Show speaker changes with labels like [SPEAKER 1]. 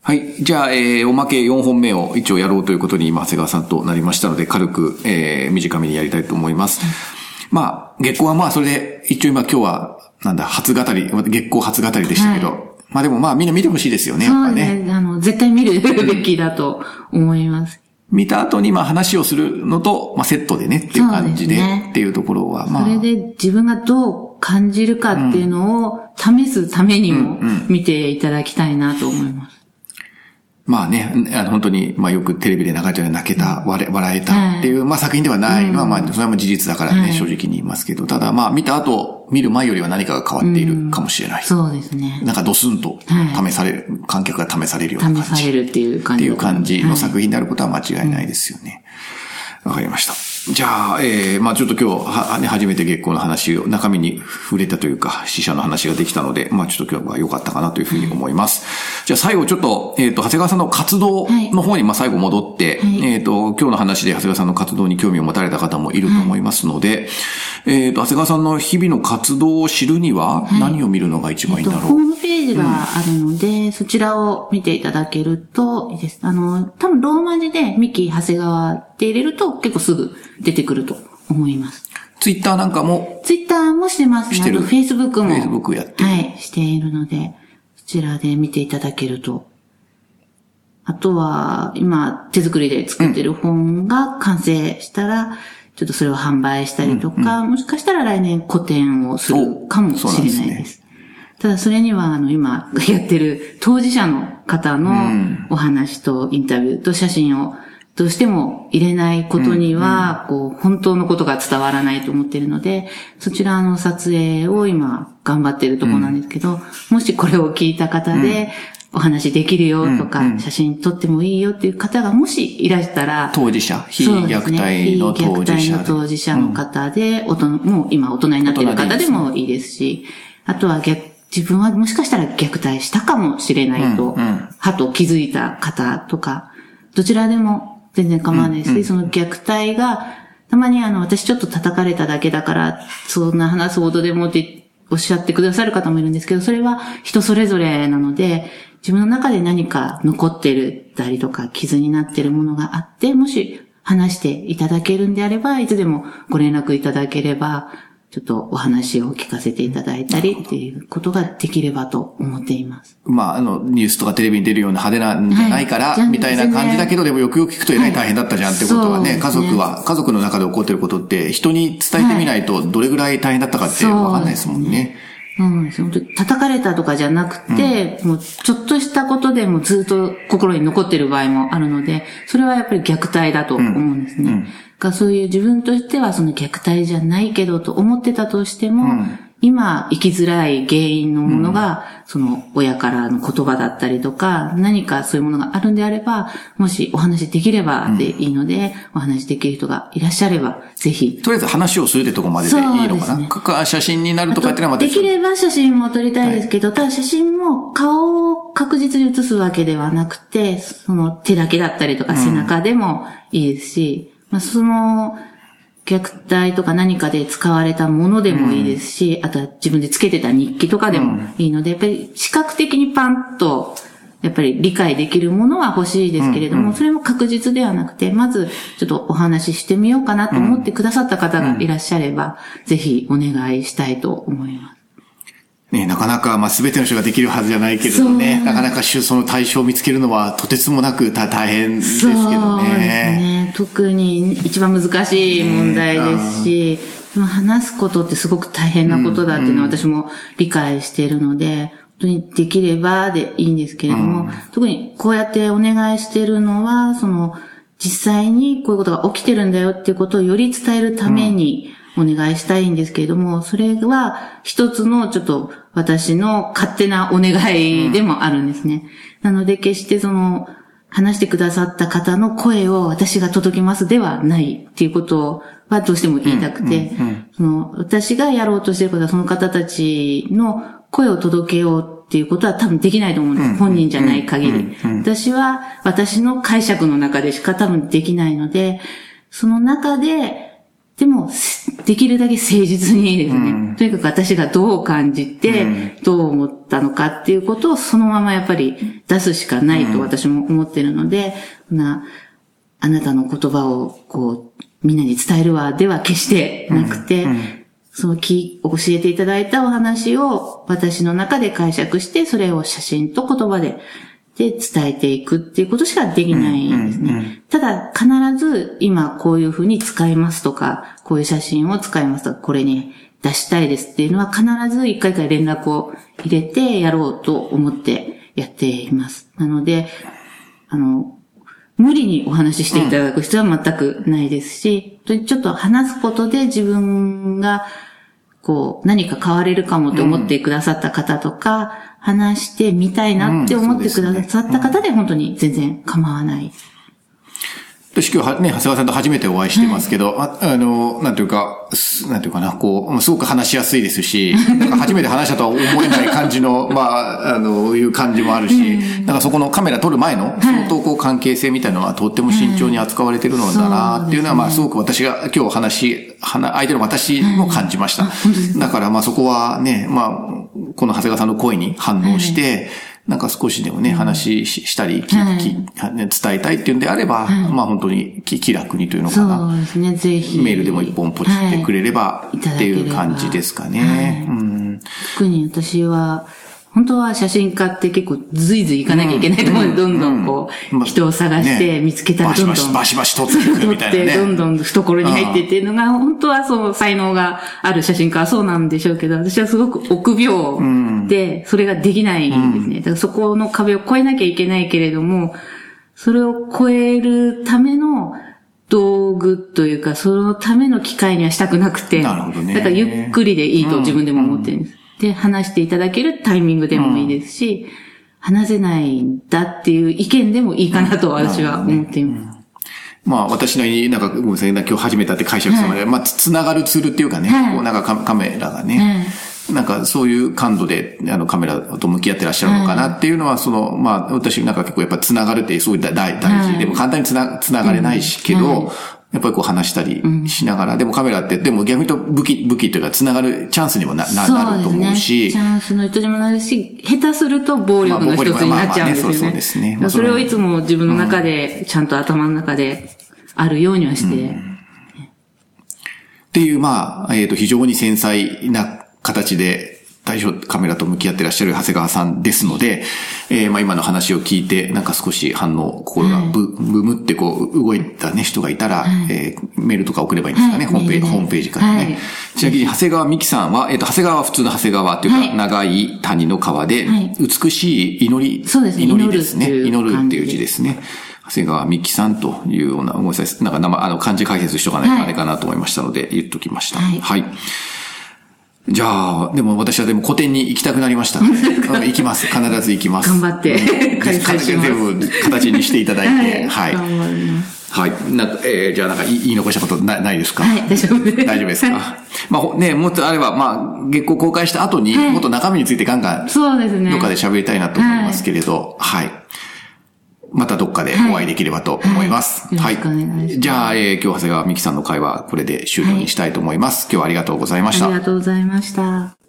[SPEAKER 1] はい。じゃあ、おまけ4本目を一応やろうということに今、長谷川さんとなりましたので、軽く、短めにやりたいと思います。まあ、月光はまあ、それで、一応今日は、初語り、月光初語りでしたけど、はい、まあでもまあみんな見てほしいですよね。
[SPEAKER 2] そうね。絶対見るべきだと思います。
[SPEAKER 1] 見た後にまあ話をするのと、まあセットでねっていう感じで、っていうところはまあ。
[SPEAKER 2] それで自分がどう感じるかっていうのを試すためにも見ていただきたいなと思います。
[SPEAKER 1] まあね、本当に、まあよくテレビで流れてる泣けた、笑えたっていう、まあ作品ではないのは、まあそれはもう事実だからね、正直に言いますけど、ただまあ見た後、見る前よりは何かが変わっているかもしれない。
[SPEAKER 2] そうですね。
[SPEAKER 1] なんかドスンと試される、観客が試されるような感じ。
[SPEAKER 2] 試されるっていう感じ。
[SPEAKER 1] っていう感じの作品であることは間違いないですよね。わかりました。じゃあ、まあちょっと今日初めて月光の話を中身に触れたというか、死者の話ができたので、まあちょっと今日は良かったかなというふうに思います。じゃあ最後ちょっと、長谷川さんの活動の方にまあ最後戻って、今日の話で長谷川さんの活動に興味を持たれた方もいると思いますので、長谷川さんの日々の活動を知るには何を見るのが一番いいんだろう。
[SPEAKER 2] ホームページがあるので、そちらを見ていただけるといいです。多分ローマ字でミキ長谷川って入れると結構すぐ出てくると思います。
[SPEAKER 1] ツイッターなんかも
[SPEAKER 2] ツイッターもしてますね。
[SPEAKER 1] してる。
[SPEAKER 2] フェイスブックも。
[SPEAKER 1] フェイスブックやってる。
[SPEAKER 2] はい、しているので、そちらで見ていただけると。あとは、今、手作りで作ってる本が完成したら、ちょっとそれを販売したりとか、もしかしたら来年個展をするかもしれないです。ただそれには、今やってる当事者の方のお話とインタビューと写真をどうしても入れないことには、本当のことが伝わらないと思っているので、そちらの撮影を今頑張っているところなんですけど、もしこれを聞いた方で、お話できるよとか、写真撮ってもいいよっていう方がもしいらしたら、
[SPEAKER 1] 当事者、非虐待の当事者。
[SPEAKER 2] 非虐待の当事者の方で、もう今大人になっている方でもいいですし、あとは自分はもしかしたら虐待したかもしれないと、はと気づいた方とか、どちらでも全然構わないし、その虐待が、たまに私ちょっと叩かれただけだから、そんな話すほどでもっておっしゃってくださる方もいるんですけど、それは人それぞれなので、自分の中で何か残ってるたりとか傷になってるものがあって、もし話していただけるんであれば、いつでもご連絡いただければ、ちょっとお話を聞かせていただいたりっていうことができればと思っています。
[SPEAKER 1] まあ、ニュースとかテレビに出るような派手なんじゃないから、みたいな感じだけど、でもよくよく聞くとえらい大変だったじゃんってことはね、家族の中で起こってることって人に伝えてみないとどれぐらい大変だったかってわかんないですもんね。
[SPEAKER 2] 本当に叩かれたとかじゃなくて、もうちょっとしたことでもずっと心に残ってる場合もあるので、それはやっぱり虐待だと思うんですね。そういう自分としてはその虐待じゃないけどと思ってたとしても、今生きづらい原因のものが、その親からの言葉だったりとか、何かそういうものがあるんであれば、もしお話できればでいいので、お話できる人がいらっしゃれば、ぜひ。
[SPEAKER 1] とりあえず話をするってとこまででいいのかな、写真になるとかってのはまた。
[SPEAKER 2] できれば写真も撮りたいですけど、ただ写真も顔を確実に写すわけではなくて、その手だけだったりとか背中でもいいですし、その、虐待とか何かで使われたものでもいいですし、あとは自分でつけてた日記とかでもいいので、やっぱり視覚的にパンと、やっぱり理解できるものは欲しいですけれども、それも確実ではなくて、まずちょっとお話ししてみようかなと思ってくださった方がいらっしゃれば、ぜひお願いしたいと思います。
[SPEAKER 1] ね、なかなか、全ての人ができるはずじゃないけれどね、なかなかその対象を見つけるのはとてつもなく大変ですけどね。
[SPEAKER 2] そうですね。特に一番難しい問題ですし、話すことってすごく大変なことだっていうのは私も理解しているので、本当にできればでいいんですけれども、特にこうやってお願いしているのは、実際にこういうことが起きてるんだよっていうことをより伝えるために、お願いしたいんですけれども、それは一つのちょっと私の勝手なお願いでもあるんですね。なので決して話してくださった方の声を私が届けますではないっていうことはどうしても言いたくて、私がやろうとしていることはその方たちの声を届けようっていうことは多分できないと思うんです。本人じゃない限り。私は私の解釈の中でしか多分できないので、その中ででも、できるだけ誠実にですね、とにかく私がどう感じて、どう思ったのかっていうことをそのままやっぱり出すしかないと私も思ってるので、あなたの言葉をこう、みんなに伝えるわでは決してなくて、教えていただいたお話を私の中で解釈して、それを写真と言葉で伝えていくっていうことしかできないんですね。ただ、必ず今こういうふうに使いますとか、こういう写真を使いますとか、これに出したいですっていうのは必ず一回一回連絡を入れてやろうと思ってやっています。なので、無理にお話ししていただく必要は全くないですし、ちょっと話すことで自分がこう何か変われるかもと思ってくださった方とか、話してみたいなって思ってくださった方で本当に全然構わない。
[SPEAKER 1] 私今日ね、長谷川さんと初めてお会いしてますけど、なんていうかな、こう、すごく話しやすいですし、なんか初めて話したとは思えない感じの、いう感じもあるし、なんかそこのカメラ撮る前の、相当こう関係性みたいなのはとっても慎重に扱われてるのだなっていうのは、すごく私が今日相手の私も感じました。だからそこはね、この長谷川さんの声に反応して、なんか少しでもね、話したり、伝えたいっていうんであれば、本当に気楽にというのかな。
[SPEAKER 2] そうですね、ぜひ。
[SPEAKER 1] メールでも一本ポチってくれれば、っていう感じですかね。
[SPEAKER 2] 特に私は、本当は写真家って結構ずいずい行かなきゃいけないと思うので、どんどんこう、人を探して見つけたらどんどん。
[SPEAKER 1] バシバシ撮っていくみたいなね。
[SPEAKER 2] どんどん懐に入ってっていうのが、本当はそう、才能がある写真家はそうなんでしょうけど、私はすごく臆病で、それができないんですね。だからそこの壁を越えなきゃいけないけれども、それを越えるための道具というか、そのための機会にはしたくなくて、
[SPEAKER 1] なるほどね。
[SPEAKER 2] だからゆっくりでいいと自分でも思ってるんです。で、話していただけるタイミングでもいいですし、話せないんだっていう意見でもいいかなと私は思っています。
[SPEAKER 1] 私のなんか、ごめんなさい、今日始めたって解釈したので、つながるツールっていうかね、こうなんかカメラがね、なんかそういう感度で、カメラと向き合ってらっしゃるのかなっていうのは、私なんか結構やっぱつながるってすごい大事。でも簡単につながれないし、けど、やっぱりこう話したりしながら、でもカメラって、でも逆に言うと武器というかつながるチャンスにもなると思うし。
[SPEAKER 2] チャンスの一つにもなるし、下手すると暴力の一つになっちゃうんですよね。
[SPEAKER 1] そうですね。
[SPEAKER 2] それをいつも自分の中で、ちゃんと頭の中であるようにはして。
[SPEAKER 1] っていう、非常に繊細な形で、カメラと向き合ってらっしゃる長谷川さんですので、今の話を聞いて、なんか少し心がブムってこう動いたね、人がいたら、メールとか送ればいいんですかね、ホームページからね。ちなみに長谷川美希さんは、長谷川は普通の長谷川というか、長い谷の川で、美しい祈りですね。祈るっていう字ですね。長谷川美希さんというような、ごめんなさい、なんか漢字解説しとかないとあれかなと思いましたので、言っときました。はい。じゃあ、でも私は個展に行きたくなりました。行きます。必ず行きます。
[SPEAKER 2] 頑張って、
[SPEAKER 1] 開催します。全部形にしていただいて。はい。
[SPEAKER 2] 頑張ります。
[SPEAKER 1] はい。じゃあなんか言い残したことないですか？
[SPEAKER 2] はい、大丈夫です。
[SPEAKER 1] 大丈夫ですか？もっとあれば、月光公開した後に、もっと中身についてガンガン、そうですね。どっかで喋りたいなと思いますけれど、はい。またどっかでお会いできればと思います。
[SPEAKER 2] はい。よろしくお願いします。
[SPEAKER 1] じゃあ、今日長谷川美希さんの会話、これで終了にしたいと思います。今日はありがとうございました。
[SPEAKER 2] ありがとうございました。